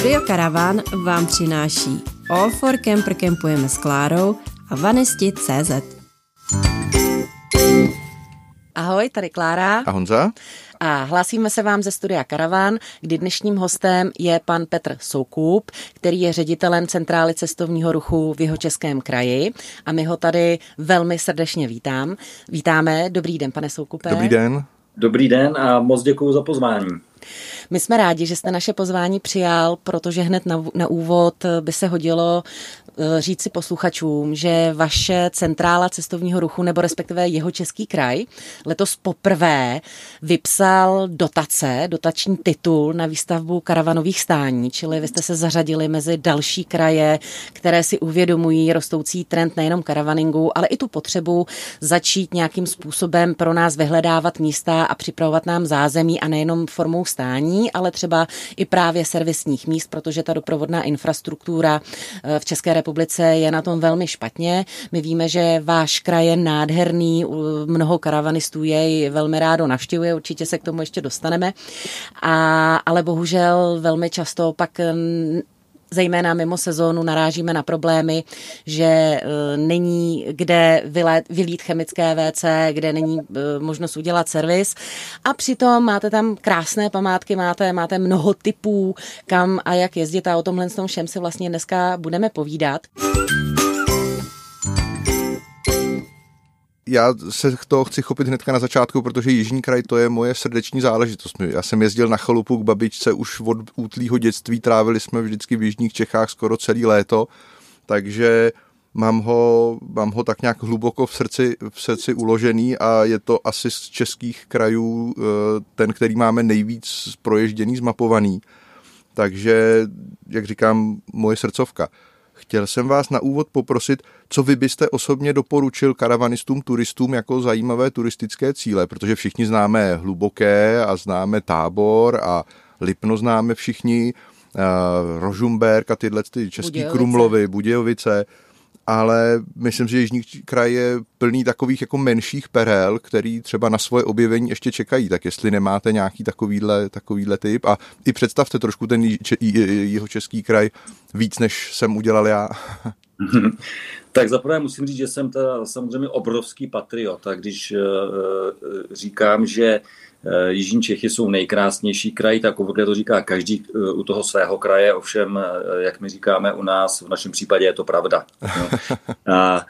Studio Karavan vám přináší All for Camper Campujeme s Klárou a Vanisti.cz. Ahoj, tady Klára a Honza. A hlásíme se vám ze Studia Karavan, kdy dnešním hostem je pan Petr Soukup, který je ředitelem Centrály cestovního ruchu v Jihočeském kraji a my ho tady velmi srdečně vítáme. Dobrý den, pane Soukupe. Dobrý den. Dobrý den a moc děkuju za pozvání. My jsme rádi, že jste naše pozvání přijal, protože hned na úvod by se hodilo říci posluchačům, že vaše Centrála cestovního ruchu, nebo respektive Jihočeský kraj, letos poprvé vypsal dotační titul na výstavbu karavanových stání, čili vy jste se zařadili mezi další kraje, které si uvědomují rostoucí trend nejenom karavaningu, ale i tu potřebu začít nějakým způsobem pro nás vyhledávat místa a připravovat nám zázemí a nejenom formou stání, ale třeba i právě servisních míst, protože ta doprovodná infrastruktura v České republice je na tom velmi špatně. My víme, že váš kraj je nádherný, mnoho karavanistů jej velmi rádo navštěvuje, určitě se k tomu ještě dostaneme, ale bohužel velmi často pak zejména mimo sezónu narážíme na problémy, že není kde vylít chemické WC, kde není možnost udělat servis a přitom máte tam krásné památky, máte mnoho typů, kam a jak jezdit a o tomhle všem si vlastně dneska budeme povídat. Já se toho chci chopit hnedka na začátku, protože Jižní kraj to je moje srdeční záležitost. Já jsem jezdil na chalupu k babičce už od útlýho dětství, trávili jsme vždycky v Jižních Čechách skoro celý léto, takže mám ho tak nějak hluboko v srdci uložený a je to asi z českých krajů ten, který máme nejvíc proježděný, zmapovaný. Takže, jak říkám, moje srdcovka. Chtěl jsem vás na úvod poprosit, co vy byste osobně doporučil karavanistům, turistům jako zajímavé turistické cíle, protože všichni známe Hluboké a známe Tábor a Lipno známe všichni, Rožumberk a tyhle český Krumlovy, Budějovice, ale myslím, že Jižní kraj je plný takových jako menších perel, který třeba na svoje objevení ještě čekají, tak jestli nemáte nějaký takovýhle typ a i představte trošku ten Jihočeský kraj víc, než jsem udělal já. Tak zaprvé musím říct, že jsem teda samozřejmě obrovský patriot a když říkám, že Jižní Čechy jsou nejkrásnější kraj, tak obvykle to říká každý u toho svého kraje, ovšem, jak my říkáme u nás, v našem případě je to pravda. A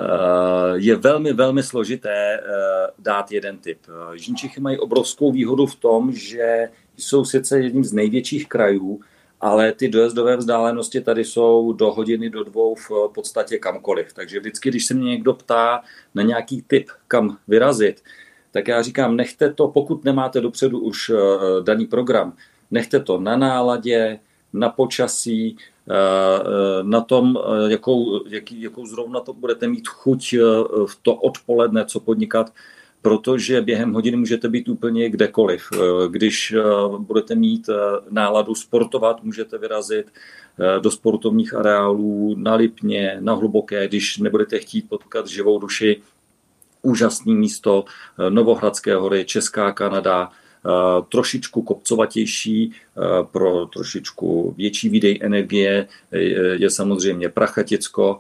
je velmi, velmi složité dát jeden typ. Jižní Čechy mají obrovskou výhodu v tom, že jsou sice jedním z největších krajů, ale ty dojezdové vzdálenosti tady jsou do hodiny, do 2 v podstatě kamkoliv. Takže vždycky, když se mě někdo ptá na nějaký tip, kam vyrazit, tak já říkám, nechte to, pokud nemáte dopředu už daný program, nechte to na náladě, na počasí, na tom, jakou zrovna to budete mít chuť v to odpoledne, co podnikat, protože během hodiny můžete být úplně kdekoliv. Když budete mít náladu sportovat, můžete vyrazit do sportovních areálů na Lipně, na Hluboké, když nebudete chtít potkat živou duši. Úžasné místo, Novohradské hory, Česká Kanada, trošičku kopcovatější, pro trošičku větší výdej energie je samozřejmě Prachaticko,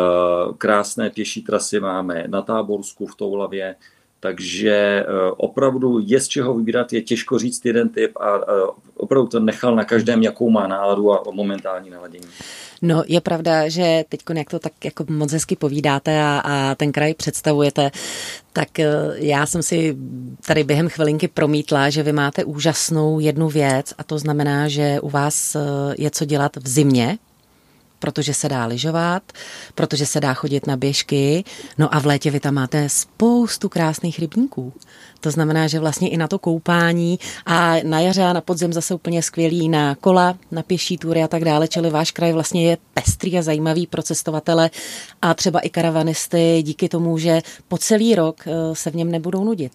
krásné pěší trasy máme na Táborsku v Toulavě, takže opravdu je z čeho vybírat, je těžko říct jeden typ a opravdu to nechal na každém, jakou má náladu a momentální naladění. No je pravda, že teď, jak to tak jako moc hezky povídáte a ten kraj představujete, tak já jsem si tady během chvilinky promítla, že vy máte úžasnou jednu věc a to znamená, že u vás je co dělat v zimě, protože se dá lyžovat, protože se dá chodit na běžky, no a v létě vy tam máte spoustu krásných rybníků. To znamená, že vlastně i na to koupání a na jaře a na podzim zase úplně skvělý na kola, na pěší tury a tak dále, čili váš kraj vlastně je pestrý a zajímavý pro cestovatele a třeba i karavanisty díky tomu, že po celý rok se v něm nebudou nudit.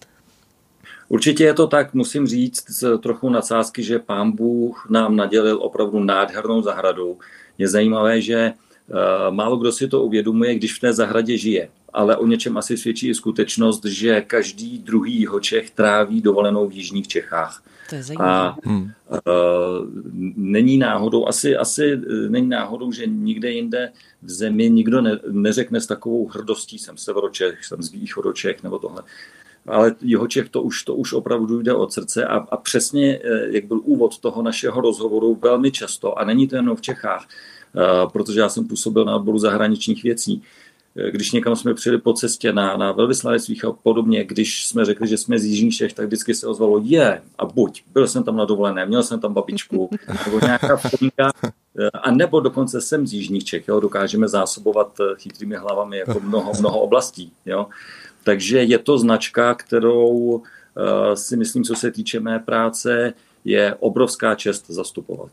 Určitě je to tak, musím říct trochu nadsázky, že Pán Bůh nám nadělil opravdu nádhernou zahradu. Je zajímavé, že málo kdo si to uvědomuje, když v té zahradě žije. Ale o něčem asi svědčí i skutečnost, že každý druhý Jihočech tráví dovolenou v jižních Čechách. To je zajímavé. Není náhodou, asi není náhodou, že nikde jinde v zemi nikdo neřekne s takovou hrdostí, jsem Severočech, jsem z Východočech nebo tohle. Ale Jihočech to už opravdu jde od srdce a přesně, jak byl úvod toho našeho rozhovoru, velmi často, a není to jenom v Čechách, protože já jsem působil na odboru zahraničních věcí, když někam jsme přijeli po cestě na velvyslanectvích a podobně, když jsme řekli, že jsme z jižních Čech, tak vždycky se ozvalo a buď, byl jsem tam na dovolené, měl jsem tam babičku, nebo nějaká vchodníka, a nebo dokonce jsem z jižních Čech, jo, dokážeme zásobovat chytrými hlavami jako mnoho oblastí. Jo. Takže je to značka, kterou si myslím, co se týče mé práce, je obrovská čest zastupovat.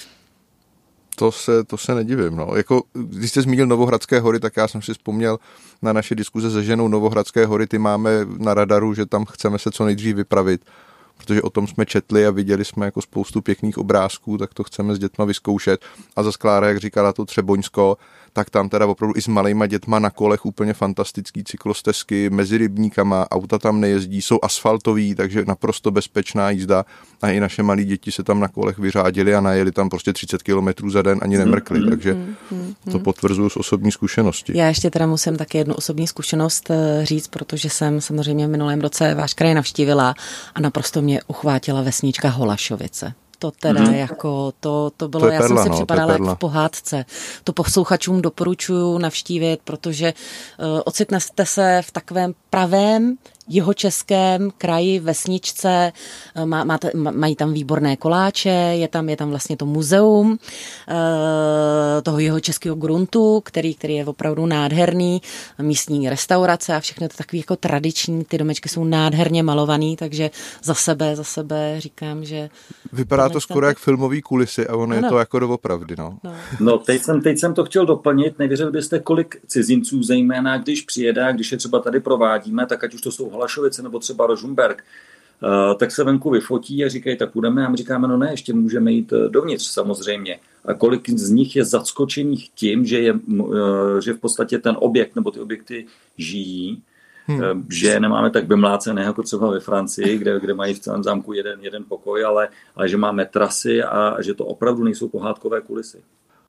To se nedivím. No. Jako, když jste zmínil Novohradské hory, tak já jsem si vzpomněl na naše diskuze se ženou. Novohradské hory, ty máme na radaru, že tam chceme se co nejdřív vypravit, protože o tom jsme četli a viděli jsme jako spoustu pěkných obrázků, tak to chceme s dětma vyzkoušet. A za Klára, jak říkala to Třeboňsko, tak tam teda opravdu i s malejma dětma na kolech úplně fantastický cyklostezky, mezi rybníkama, auta tam nejezdí, jsou asfaltový, takže naprosto bezpečná jízda a i naše malí děti se tam na kolech vyřádili a najeli tam prostě 30 km za den, ani nemrkli, takže to potvrzuju z osobní zkušenosti. Já ještě teda musím taky jednu osobní zkušenost říct, protože jsem samozřejmě v minulém roce váš kraj navštívila a naprosto mě uchvátila vesnička Holašovice. To teda jako, to bylo, to já jsem si připadala jak v pohádce. To posluchačům doporučuji navštívit, protože ocitnete se v takovém pravém jihočeském kraji, vesničce, mají tam výborné koláče, je tam vlastně to muzeum toho jihočeského gruntu, který je opravdu nádherný, místní restaurace a všechno to takový jako tradiční, ty domečky jsou nádherně malovaný, takže za sebe říkám, že... Vypadá to skoro jak filmový kulisy a ono je to jako doopravdy, No, teď jsem to chtěl doplnit, nevěřili byste, kolik cizinců, zejména když přijede, když je třeba tady provádíme, tak ať už to jsou Hlašovice nebo třeba Rožmberk, tak se venku vyfotí a říkají, tak půjdeme a my říkáme, no ne, ještě můžeme jít dovnitř samozřejmě. A kolik z nich je zackočených tím, že v podstatě ten objekt nebo ty objekty žijí, že nemáme tak vymlácené jako třeba ve Francii, kde mají v celém zámku jeden pokoj, ale že máme trasy a že to opravdu nejsou pohádkové kulisy.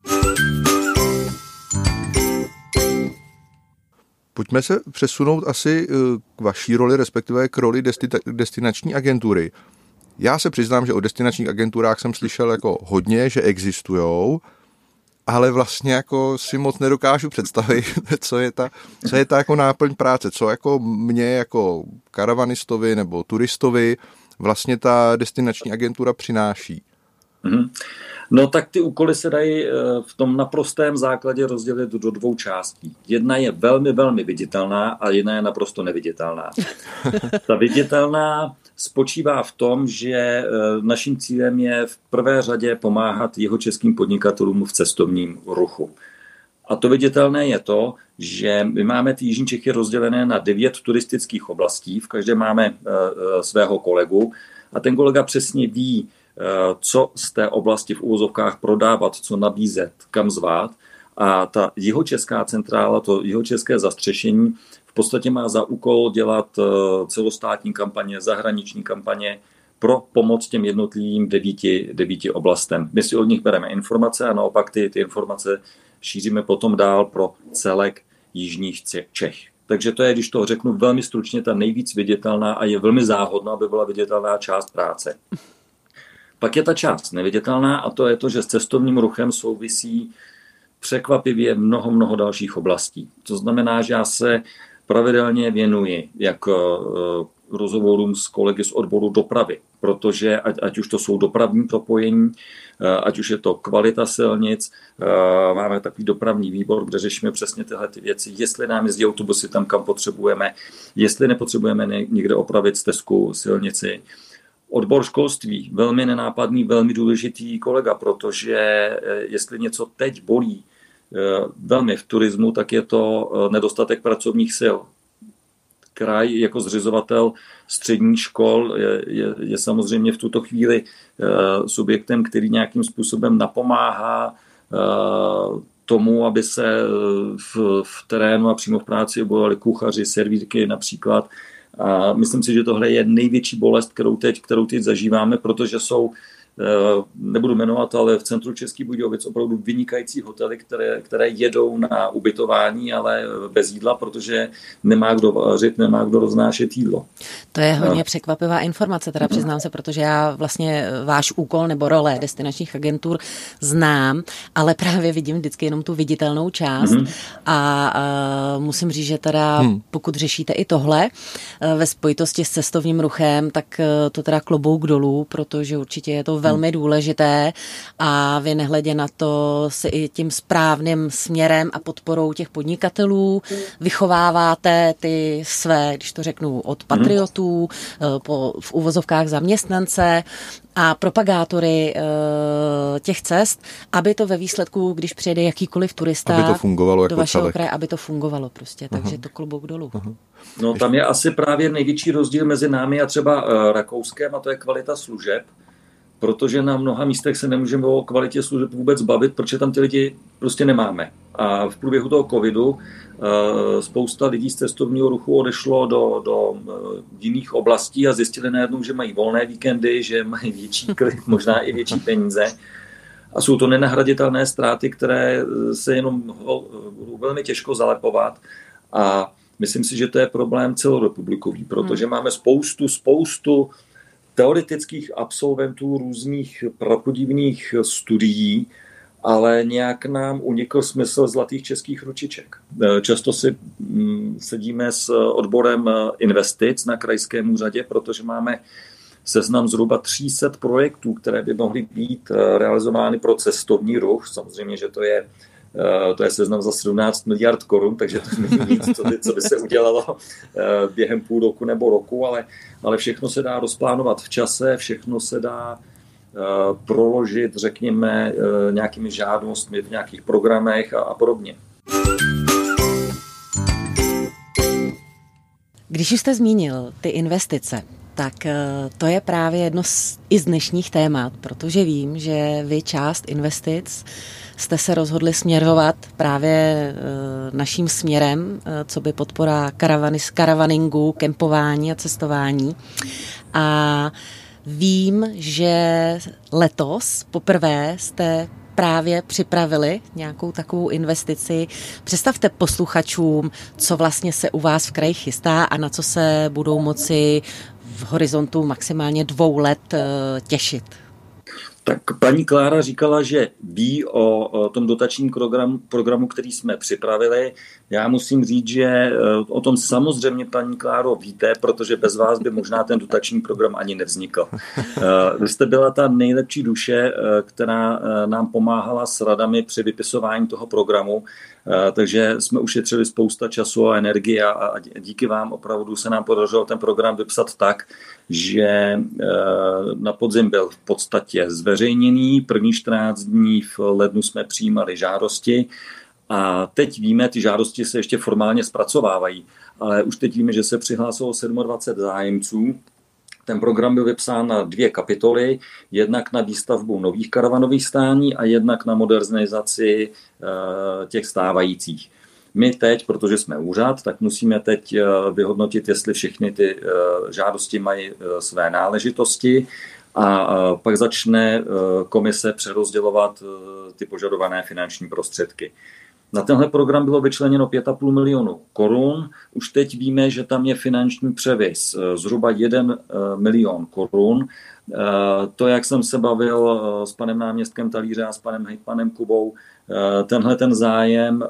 Pojďme se přesunout asi k vaší roli, respektive k roli destinační agentury. Já se přiznám, že o destinačních agenturách jsem slyšel jako hodně, že existujou, ale vlastně jako si moc nedokážu představit, co je ta jako náplň práce, co jako mě jako karavanistovi nebo turistovi vlastně ta destinační agentura přináší. No tak ty úkoly se dají v tom naprostém základě rozdělit do dvou částí. Jedna je velmi, velmi viditelná a jedna je naprosto neviditelná. Ta viditelná spočívá v tom, že naším cílem je v prvé řadě pomáhat jihočeským podnikatelům v cestovním ruchu. A to viditelné je to, že my máme ty jižní Čechy rozdělené na 9 turistických oblastí, v každé máme svého kolegu a ten kolega přesně ví, co z té oblasti v uvozovkách prodávat, co nabízet, kam zvát. A ta jihočeská centrála, to jihočeské zastřešení v podstatě má za úkol dělat celostátní kampaně, zahraniční kampaně pro pomoc těm jednotlivým 9 oblastem. My si od nich bereme informace a naopak ty informace šíříme potom dál pro celek jižních Čech. Takže to je, když to řeknu velmi stručně, ta nejvíc viditelná a je velmi záhodná, aby byla viditelná část práce. Pak je ta část neviditelná a to je to, že s cestovním ruchem souvisí překvapivě mnoho dalších oblastí. To znamená, že já se pravidelně věnuji jak rozhovorům s kolegy z odboru dopravy, protože ať už to jsou dopravní propojení, ať už je to kvalita silnic, máme takový dopravní výbor, kde řešíme přesně tyhle ty věci, jestli nám jezdí autobusy tam, kam potřebujeme, jestli nepotřebujeme někde opravit stezku, silnici. Odbor školství, velmi nenápadný, velmi důležitý kolega, protože jestli něco teď bolí velmi v turismu, tak je to nedostatek pracovních sil. Kraj jako zřizovatel středních škol je samozřejmě v tuto chvíli subjektem, který nějakým způsobem napomáhá tomu, aby se v terénu a přímo v práci objevovali kuchaři, servírky například, A myslím si, že tohle je největší bolest, kterou teď zažíváme, protože jsou, nebudu jmenovat, ale v centru Českých Budějovic opravdu vynikající hotely, které jedou na ubytování, ale bez jídla, protože nemá kdo vařit, nemá kdo roznášet jídlo. To je hodně překvapivá informace, teda přiznám se, protože já vlastně váš úkol nebo role destinačních agentur znám, ale právě vidím vždycky jenom tu viditelnou část a musím říct, že teda pokud řešíte i tohle ve spojitosti s cestovním ruchem, tak to teda klobouk dolů, protože určitě je to velmi důležité a vy nehledě na to si i tím správným směrem a podporou těch podnikatelů vychováváte ty své, když to řeknu, od patriotů, v uvozovkách zaměstnance a propagátory těch cest, aby to ve výsledku, když přijede jakýkoliv turista aby to fungovalo do vašeho kraje, aby to fungovalo prostě, takže to klobouk dolů. No tam je asi právě největší rozdíl mezi námi a třeba Rakouskem a to je kvalita služeb, protože na mnoha místech se nemůžeme o kvalitě služeb vůbec bavit, protože tam ty lidi prostě nemáme. A v průběhu toho covidu spousta lidí z cestovního ruchu odešlo do jiných oblastí a zjistili najednou, že mají volné víkendy, že mají větší klid, možná i větší peníze. A jsou to nenahraditelné ztráty, které se jenom budou velmi těžko zalepovat. A myslím si, že to je problém celorepublikový, protože máme spoustu teoretických absolventů různých prapodivných studií, ale nějak nám unikl smysl zlatých českých ručiček. Často si sedíme s odborem investic na krajském úřadě, protože máme seznam zhruba 300 projektů, které by mohly být realizovány pro cestovní ruch. Samozřejmě, že to je seznam za 17 miliard korun, takže to není nic, co by se udělalo během půl roku nebo roku, ale všechno se dá rozplánovat v čase, všechno se dá proložit, řekněme, nějakými žádostmi v nějakých programech a podobně. Když už jste zmínil ty investice, tak to je právě jedno i z dnešních témat, protože vím, že vy část investic jste se rozhodli směrovat právě naším směrem, co by podpora karavaningu, kempování a cestování. A vím, že letos poprvé jste právě připravili nějakou takovou investici. Představte posluchačům, co vlastně se u vás v kraji chystá a na co se budou moci v horizontu maximálně 2 let těšit. Tak paní Klára říkala, že ví o tom dotačním programu, který jsme připravili. Já musím říct, že o tom samozřejmě, paní Kláro, víte, protože bez vás by možná ten dotační program ani nevznikl. Vy jste byla ta nejlepší duše, která nám pomáhala s radami při vypisování toho programu, takže jsme ušetřili spousta času a energie a díky vám opravdu se nám podařilo ten program vypsat tak, že na podzim byl v podstatě zveřejněný. První 14 dní v lednu jsme přijímali žádosti a teď víme, ty žádosti se ještě formálně zpracovávají, ale už teď víme, že se přihlásilo 27 zájemců. Ten program byl vypsán na 2 kapitoly, jednak na výstavbu nových karavanových stání a jednak na modernizaci těch stávajících. My teď, protože jsme úřad, tak musíme teď vyhodnotit, jestli všechny ty žádosti mají své náležitosti a pak začne komise přerozdělovat ty požadované finanční prostředky. Na tenhle program bylo vyčleněno 5,5 milionu korun. Už teď víme, že tam je finanční převis zhruba 1 milion korun. To, jak jsem se bavil s panem náměstkem Talíře a s panem hejtmanem Kubou, tenhle ten zájem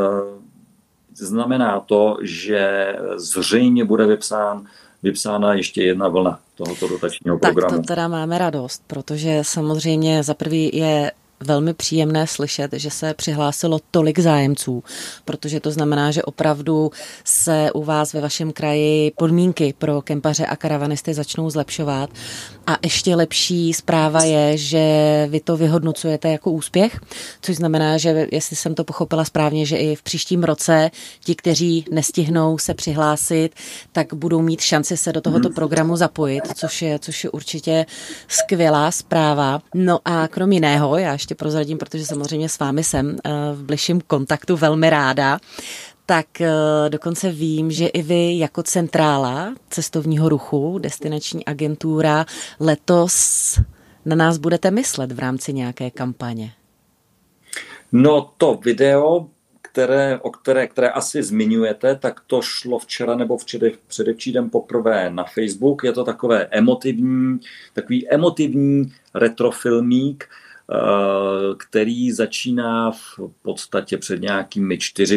znamená to, že zřejmě bude vypsána ještě 1 vlna tohoto dotačního programu. Tak to teda máme radost, protože samozřejmě za prvý je velmi příjemné slyšet, že se přihlásilo tolik zájemců, protože to znamená, že opravdu se u vás ve vašem kraji podmínky pro kempaře a karavanisty začnou zlepšovat. A ještě lepší zpráva je, že vy to vyhodnocujete jako úspěch, což znamená, že jestli jsem to pochopila správně, že i v příštím roce ti, kteří nestihnou se přihlásit, tak budou mít šanci se do tohoto programu zapojit, což je určitě skvělá zpráva. No a krom jiného, já ještě prozradím, protože samozřejmě s vámi jsem v bližším kontaktu velmi ráda, tak dokonce vím, že i vy jako centrála cestovního ruchu, destinační agentura, letos na nás budete myslet v rámci nějaké kampaně. No to video, které asi zmiňujete, tak to šlo včera nebo předevčírem poprvé na Facebook. Je to takový emotivní retrofilmík, který začíná v podstatě před nějakými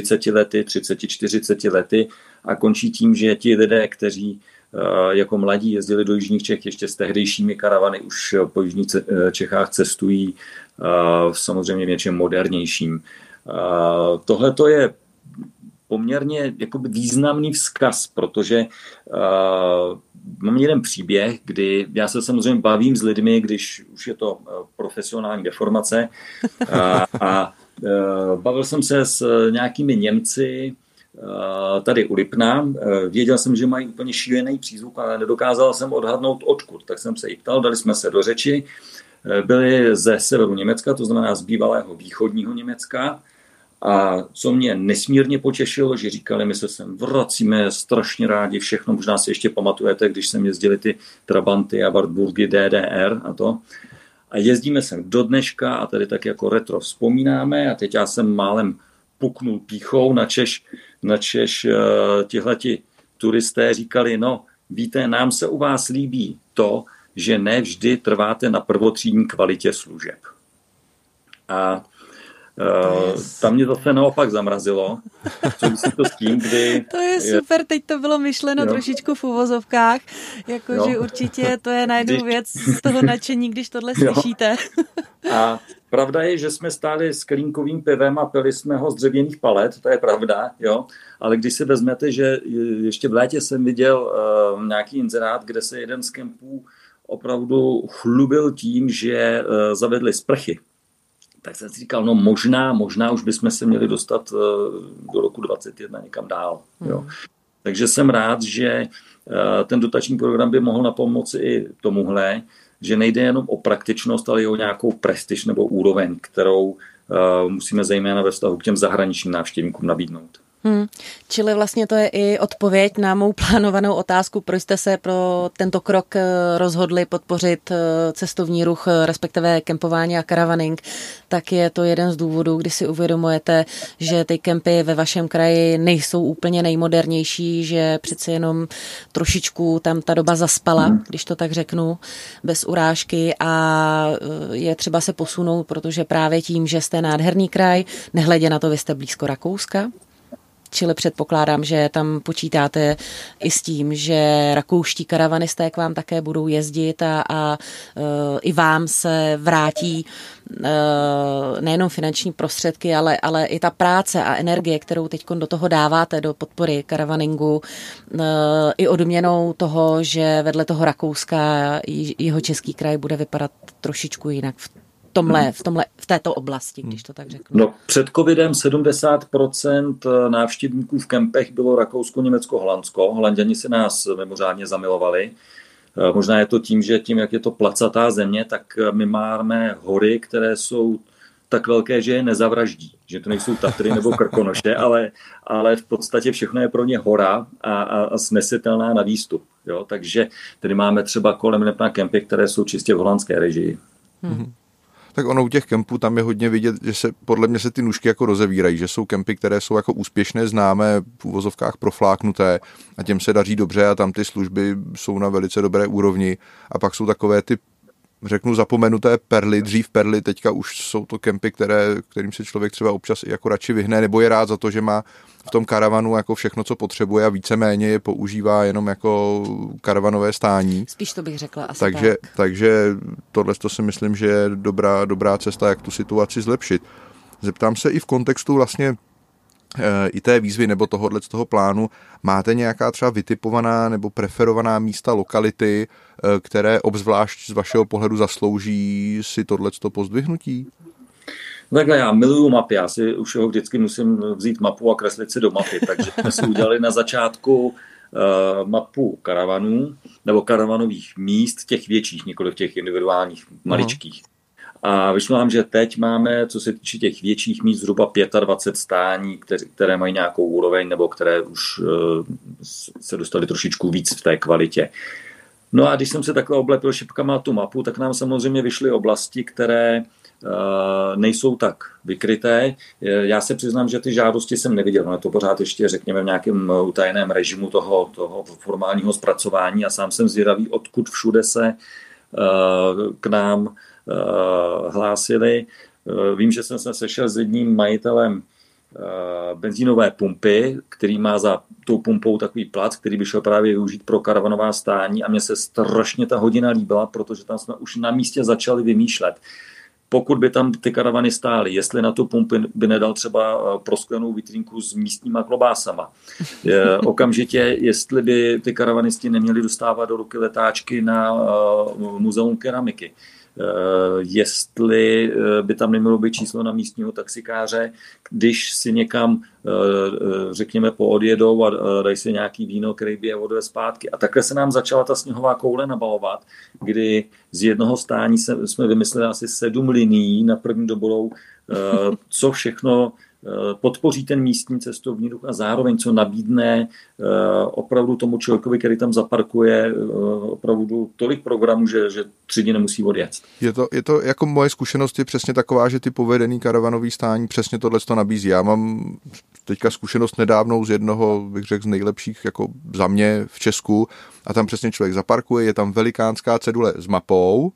30-40 lety a končí tím, že ti lidé, kteří jako mladí jezdili do jižních Čech ještě s tehdejšími karavany, už po jižních Čechách cestují samozřejmě v něčem modernějším. Tohle to je poměrně jakoby významný vzkaz, protože mám jeden příběh, kdy já se samozřejmě bavím s lidmi, když už je to profesionální deformace a bavil jsem se s nějakými Němci tady u Lipna. Věděl jsem, že mají úplně šílený přízvuk, ale nedokázal jsem odhadnout odkud. Tak jsem se jí ptal, dali jsme se do řeči. Byli ze severu Německa, to znamená z bývalého východního Německa. A co mě nesmírně potěšilo, že říkali, my se sem vracíme strašně rádi, všechno, možná si ještě pamatujete, když jsem jezdili ty Trabanty a Wartburgy DDR a to. A jezdíme sem do dneška a tady tak jako retro vzpomínáme a teď já jsem málem puknul pýchou, načež tihleti turisté říkali, no víte, nám se u vás líbí to, že ne vždy trváte na prvotřídní kvalitě služeb. A tam mě zase naopak zamrazilo. Souvisí to s tím, kdy... To je super, teď to bylo myšleno trošičku v uvozovkách, jakože určitě to je najednou věc z toho nadšení, když tohle slyšíte. A pravda je, že jsme stáli s klínkovým pivem a pili jsme ho z dřevěných palet, to je pravda, jo. Ale když si vezmete, že ještě v létě jsem viděl nějaký inzerát, kde se jeden z kempů opravdu chlubil tím, že zavedli sprchy. Tak jsem si říkal, no možná už bychom se měli dostat do roku 2021 někam dál. Jo. Takže jsem rád, že ten dotační program by mohl napomoci i tomuhle, že nejde jenom o praktičnost, ale i o nějakou prestiž nebo úroveň, kterou musíme zejména ve vztahu k těm zahraničním návštěvníkům nabídnout. Čili vlastně to je i odpověď na mou plánovanou otázku, proč jste se pro tento krok rozhodli podpořit cestovní ruch, respektive kempování a caravaning, tak je to jeden z důvodů, kdy si uvědomujete, že ty kempy ve vašem kraji nejsou úplně nejmodernější, že přeci jenom trošičku tam ta doba zaspala, když to tak řeknu, bez urážky a je třeba se posunout, protože právě tím, že jste nádherný kraj, nehledě na to, vy jste blízko Rakouska, čili předpokládám, že tam počítáte i s tím, že rakouští karavanisté k vám také budou jezdit a i vám se vrátí nejenom finanční prostředky, ale i ta práce a energie, kterou teď do toho dáváte, do podpory karavaningu, i odměnou toho, že vedle toho Rakouska jeho český kraj bude vypadat trošičku jinak v této oblasti, když to tak řeknu. No, před covidem 70% návštěvníků v kempech bylo Rakousko, Německo, Holandsko. Holanďani se nás mimořádně zamilovali. Možná je to tím, že jak je to placatá země, tak my máme hory, které jsou tak velké, že je nezavraždí. Že to nejsou Tatry nebo Krkonoše, ale v podstatě všechno je pro ně hora a snesitelná na výstup. Jo? Takže tady máme třeba kolem Nepna kempy, které jsou čistě v holandské režii. Tak ono u těch kempů tam je hodně vidět, že podle mě se ty nůžky jako rozevírají, že jsou kempy, které jsou jako úspěšné, známé, v uvozovkách profláknuté a těm se daří dobře a tam ty služby jsou na velice dobré úrovni a pak jsou takové ty, řeknu, zapomenuté perly, dřív perly, teďka už jsou to kempy, kterým se člověk třeba občas i jako radši vyhne, nebo je rád za to, že má v tom karavanu jako všechno, co potřebuje a víceméně je používá jenom jako karavanové stání. Spíš to bych řekla asi takže tohle to si myslím, že je dobrá cesta, jak tu situaci zlepšit. Zeptám se i v kontextu vlastně i té výzvy nebo z toho plánu, máte nějaká třeba vytipovaná nebo preferovaná místa, lokality, které obzvlášť z vašeho pohledu zaslouží si tohleto pozdvihnutí? Takhle já miluju mapy, já si už ho vždycky musím vzít mapu a kreslit si do mapy, takže jsme si udělali na začátku mapu karavanů nebo karavanových míst, těch větších, nikoli těch individuálních, maličkých. A vyšlo nám, že teď máme, co se týče těch větších míst, zhruba 25 stání, které mají nějakou úroveň nebo které už se dostaly trošičku víc v té kvalitě. No a když jsem se takhle oblepil šipkama tu mapu, tak nám samozřejmě vyšly oblasti, které nejsou tak vykryté. Já se přiznám, že ty žádosti jsem neviděl. No, to pořád ještě, řekněme, v nějakém utajeném režimu toho formálního zpracování a sám jsem zvědavý, odkud všude se k nám hlásili. Vím, že jsem se sešel s jedním majitelem benzínové pumpy, který má za tou pumpou takový plac, který by šel právě využít pro karavanová stání a mně se strašně ta hodina líbila, protože tam jsme už na místě začali vymýšlet. Pokud by tam ty karavany stály, jestli na tu pumpu by nedal třeba prosklenou vitrínku s místníma klobásama. Okamžitě, jestli by ty karavanisti neměli dostávat do ruky letáčky na muzeum keramiky. Jestli by tam nemělo být číslo na místního taxikáře, když si někam, řekněme, poodjedou a dají si nějaký víno, který by je odvez zpátky. A takhle se nám začala ta sněhová koule nabalovat, kdy z jednoho stání jsme vymysleli asi 7 linií na první dobolou, co všechno podpoří ten místní cestovní ruch a zároveň co nabídne opravdu tomu člověkovi, který tam zaparkuje, opravdu tolik programů, že 3 dny nemusí odjet. Je to jako moje zkušenost je přesně taková, že ty povedený karavanový stání přesně tohleto nabízí. Já mám teďka zkušenost nedávnou z jednoho, bych řekl, z nejlepších jako za mě v Česku a tam přesně člověk zaparkuje, je tam velikánská cedule s mapou,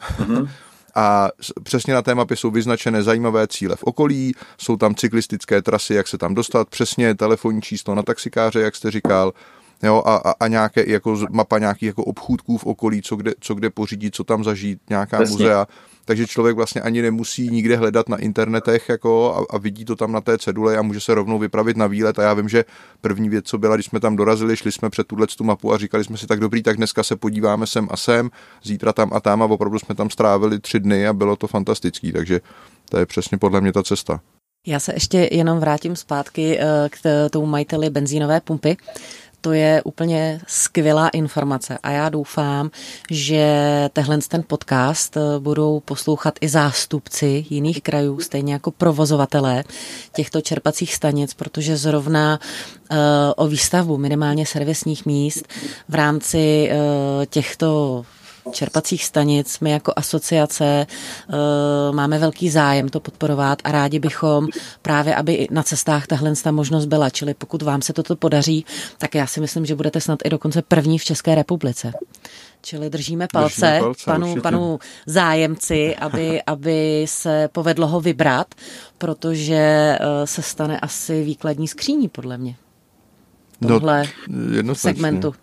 a přesně na té mapě jsou vyznačené zajímavé cíle v okolí, jsou tam cyklistické trasy, jak se tam dostat, přesně telefonní číslo na taxikáře, jak jste říkal, jo, a nějaké jako mapa nějakých jako obchůdků v okolí, co kde pořídit, co tam zažít, nějaká muzea. Takže člověk vlastně ani nemusí nikde hledat na internetech jako a vidí to tam na té cedule a může se rovnou vypravit na výlet. A já vím, že první věc, co byla, když jsme tam dorazili, šli jsme před tu mapu a říkali jsme si tak dobrý, tak dneska se podíváme sem a sem, zítra tam a tam a opravdu jsme tam strávili 3 dny a bylo to fantastický, takže to je přesně podle mě ta cesta. Já se ještě jenom vrátím zpátky k tomu majiteli benzínové pumpy. To je úplně skvělá informace a já doufám, že ten podcast budou poslouchat i zástupci jiných krajů, stejně jako provozovatelé těchto čerpacích stanic, protože zrovna o výstavbu minimálně servisních míst v rámci těchto čerpacích stanic my jako asociace máme velký zájem to podporovat a rádi bychom právě, aby i na cestách tahle možnost byla. Čili pokud vám se toto podaří, tak já si myslím, že budete snad i dokonce první v České republice. Čili držíme palce panu zájemci, aby se povedlo ho vybrat, protože se stane asi výkladní skříní, podle mě. Tohle segmentu.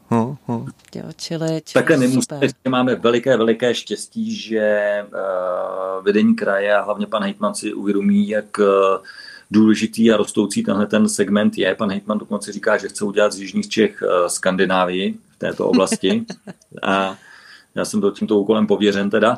Čili takhle máme veliké štěstí, že vedení kraje a hlavně pan hejtman si uvědomí, jak důležitý a rostoucí ten segment je. Pan hejtman dokonce říká, že chce udělat z jižních Čech Skandinávii v této oblasti. A já jsem byl tímto úkolem pověřen teda.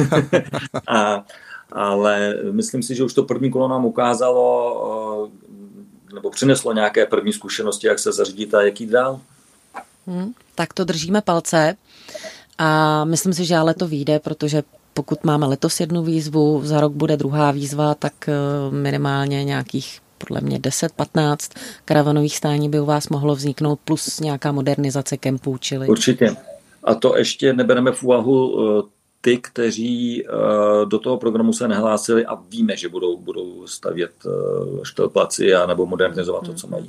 Ale myslím si, že už to první kolo nám ukázalo, nebo přineslo nějaké první zkušenosti, jak se zařídit a jak jít dál. Tak to držíme palce a myslím si, že ale to vyjde, protože pokud máme letos jednu výzvu, za rok bude druhá výzva, tak minimálně nějakých podle mě 10-15 karavanových stání by u vás mohlo vzniknout plus nějaká modernizace kempů, čili... Určitě. A to ještě nebereme v úvahu ty, kteří do toho programu se nehlásili a víme, že budou stavět štelplaci a nebo modernizovat to, co mají.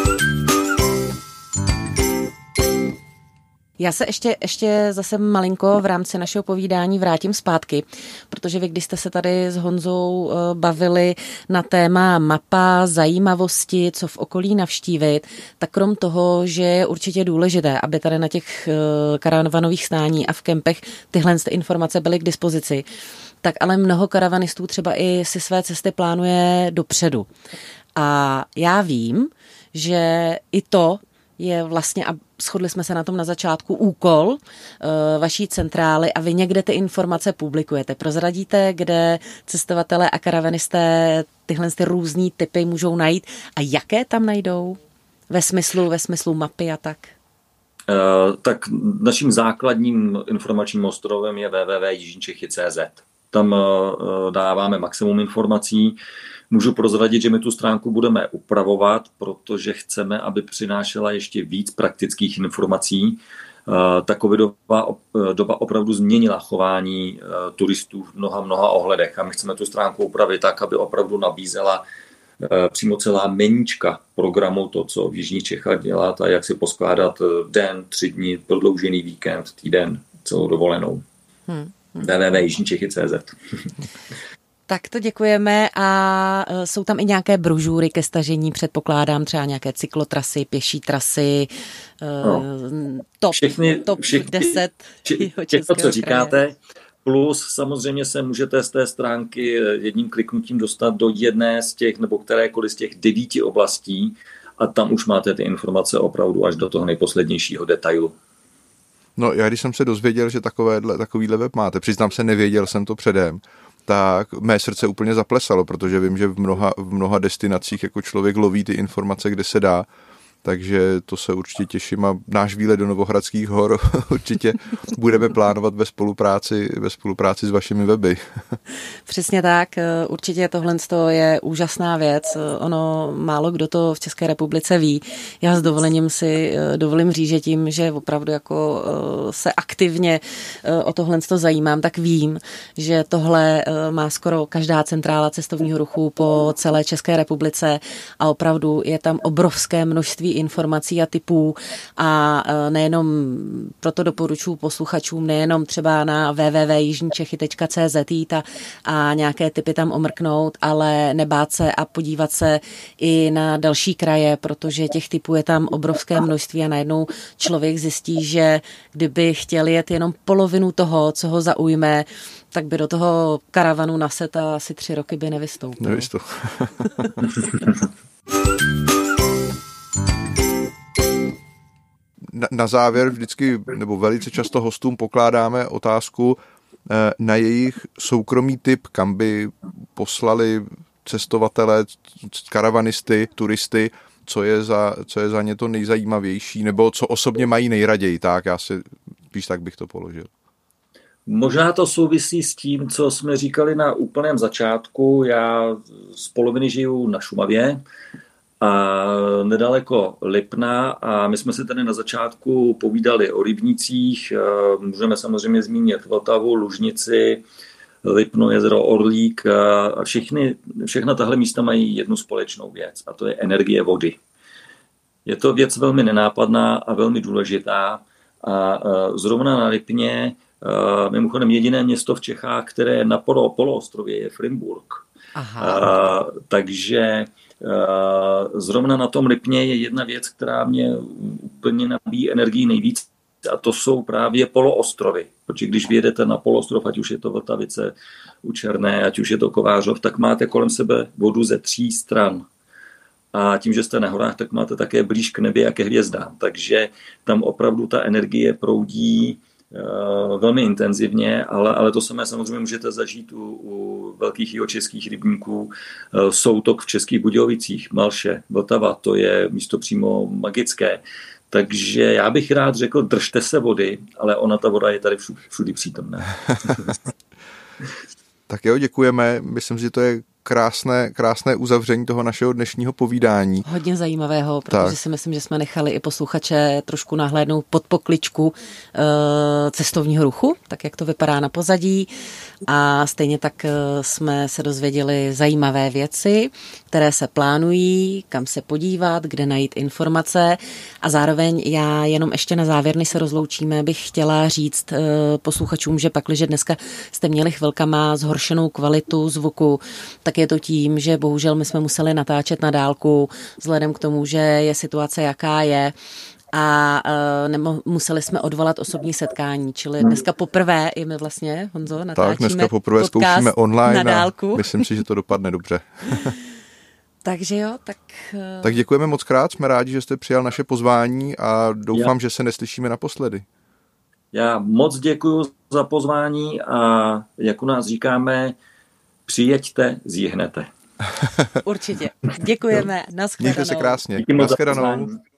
Já se ještě zase malinko v rámci našeho povídání vrátím zpátky, protože vy, když jste se tady s Honzou bavili na téma mapa, zajímavosti, co v okolí navštívit, tak krom toho, že je určitě důležité, aby tady na těch karavanových stání a v kempech tyhle informace byly k dispozici, tak ale mnoho karavanistů třeba i si své cesty plánuje dopředu. A já vím, že i to je vlastně, a shodli jsme se na tom na začátku, úkol vaší centrály a vy někde ty informace publikujete. Prozradíte, kde cestovatelé a karavanisté tyhle různý typy můžou najít a jaké tam najdou ve smyslu mapy a tak? Tak naším základním informačním ostrovem je www.jižničechy.cz. tam dáváme maximum informací. Můžu prozradit, že my tu stránku budeme upravovat, protože chceme, aby přinášela ještě víc praktických informací. Ta covidová doba opravdu změnila chování turistů v mnoha ohledech a my chceme tu stránku upravit tak, aby opravdu nabízela přímo celá meníčka programu, to, co v Jižních Čechách dělat a jak si poskládat den, 3 dny, prodloužený víkend, týden, celou dovolenou. www.jižničechy.cz. Tak to děkujeme a jsou tam i nějaké brožury ke stažení, předpokládám, třeba nějaké cyklotrasy, pěší trasy, top 10 všechno, co říkáte, plus samozřejmě se můžete z té stránky jedním kliknutím dostat do jedné z těch, nebo kterékoliv z těch 9 oblastí a tam už máte ty informace opravdu až do toho nejposlednějšího detailu. No já když jsem se dozvěděl, že takovýhle web máte, přiznám se, nevěděl jsem to předem, tak mé srdce úplně zaplesalo, protože vím, že v mnoha destinacích jako člověk loví ty informace, kde se dá, takže to se určitě těším a náš výlet do Novohradských hor určitě budeme plánovat ve spolupráci s vašimi weby. Přesně tak, určitě tohle je úžasná věc, ono málo kdo to v České republice ví. Já s dovolením si dovolím říct, že tím, že opravdu jako se aktivně o tohle zajímám, tak vím, že tohle má skoro každá centrála cestovního ruchu po celé České republice a opravdu je tam obrovské množství informací a typů a nejenom, proto doporučuji posluchačům nejenom třeba na www.jižničechy.cz jít a nějaké typy tam omrknout, ale nebát se a podívat se i na další kraje, protože těch typů je tam obrovské množství a najednou člověk zjistí, že kdyby chtěl jet jenom polovinu toho, co ho zaujme, tak by do toho karavanu naset a asi 3 roky by nevystoupil. Na závěr vždycky, nebo velice často hostům pokládáme otázku na jejich soukromý tip, kam by poslali cestovatele, karavanisty, turisty, co je za ně to nejzajímavější, nebo co osobně mají nejraději, tak já si spíš tak bych to položil. Možná to souvisí s tím, co jsme říkali na úplném začátku. Já z poloviny žiju na Šumavě a nedaleko Lipna a my jsme se tady na začátku povídali o rybnících. Můžeme samozřejmě zmínit Vltavu, Lužnici, Lipno, jezero Orlík a všechna tahle místa mají jednu společnou věc a to je energie vody. Je to věc velmi nenápadná a velmi důležitá a zrovna na Lipně, mimochodem jediné město v Čechách, které je na poloostrově, je Frimburg. Takže zrovna na tom Lipně je jedna věc, která mě úplně nabíjí energii nejvíc a to jsou právě poloostrovy. Protože když vyjedete na poloostrov, ať už je to Vltavice u Černé, ať už je to Kovářov, tak máte kolem sebe vodu ze 3 stran. A tím, že jste na horách, tak máte také blíž k nebi a ke hvězdám. Takže tam opravdu ta energie proudí velmi intenzivně, ale to samé samozřejmě můžete zažít u velkých jihočeských rybníků. Soutok v Českých Budějovicích, Malše, Vltava, to je místo přímo magické. Takže já bych rád řekl, držte se vody, ale ona ta voda je tady všudy přítomná. Tak jo, děkujeme. Myslím, že to je krásné uzavření toho našeho dnešního povídání. Hodně zajímavého, protože si myslím, že jsme nechali i posluchače trošku nahlédnout pod pokličku cestovního ruchu, tak jak to vypadá na pozadí. A stejně tak jsme se dozvěděli zajímavé věci, které se plánují, kam se podívat, kde najít informace. A zároveň já jenom ještě na závěr, než se rozloučíme, bych chtěla říct posluchačům, že pakliže dneska jste měli chvilkama zhoršenou kvalitu zvuku, tak je to tím, že bohužel my jsme museli natáčet na dálku vzhledem k tomu, že je situace jaká je a museli jsme odvolat osobní setkání, čili dneska poprvé i my vlastně, Honzo, natáčíme tak, dneska poprvé zkoušíme online na dálku. A myslím si, že to dopadne dobře. Takže jo, tak... Tak děkujeme moc krát, jsme rádi, že jste přijal naše pozvání a doufám, že se neslyšíme naposledy. Já moc děkuju za pozvání a jak u nás říkáme, přijeďte, zjihnete. Určitě. Děkujeme. Naschledanou. Mějte se krásně. Díky moc za pozvání.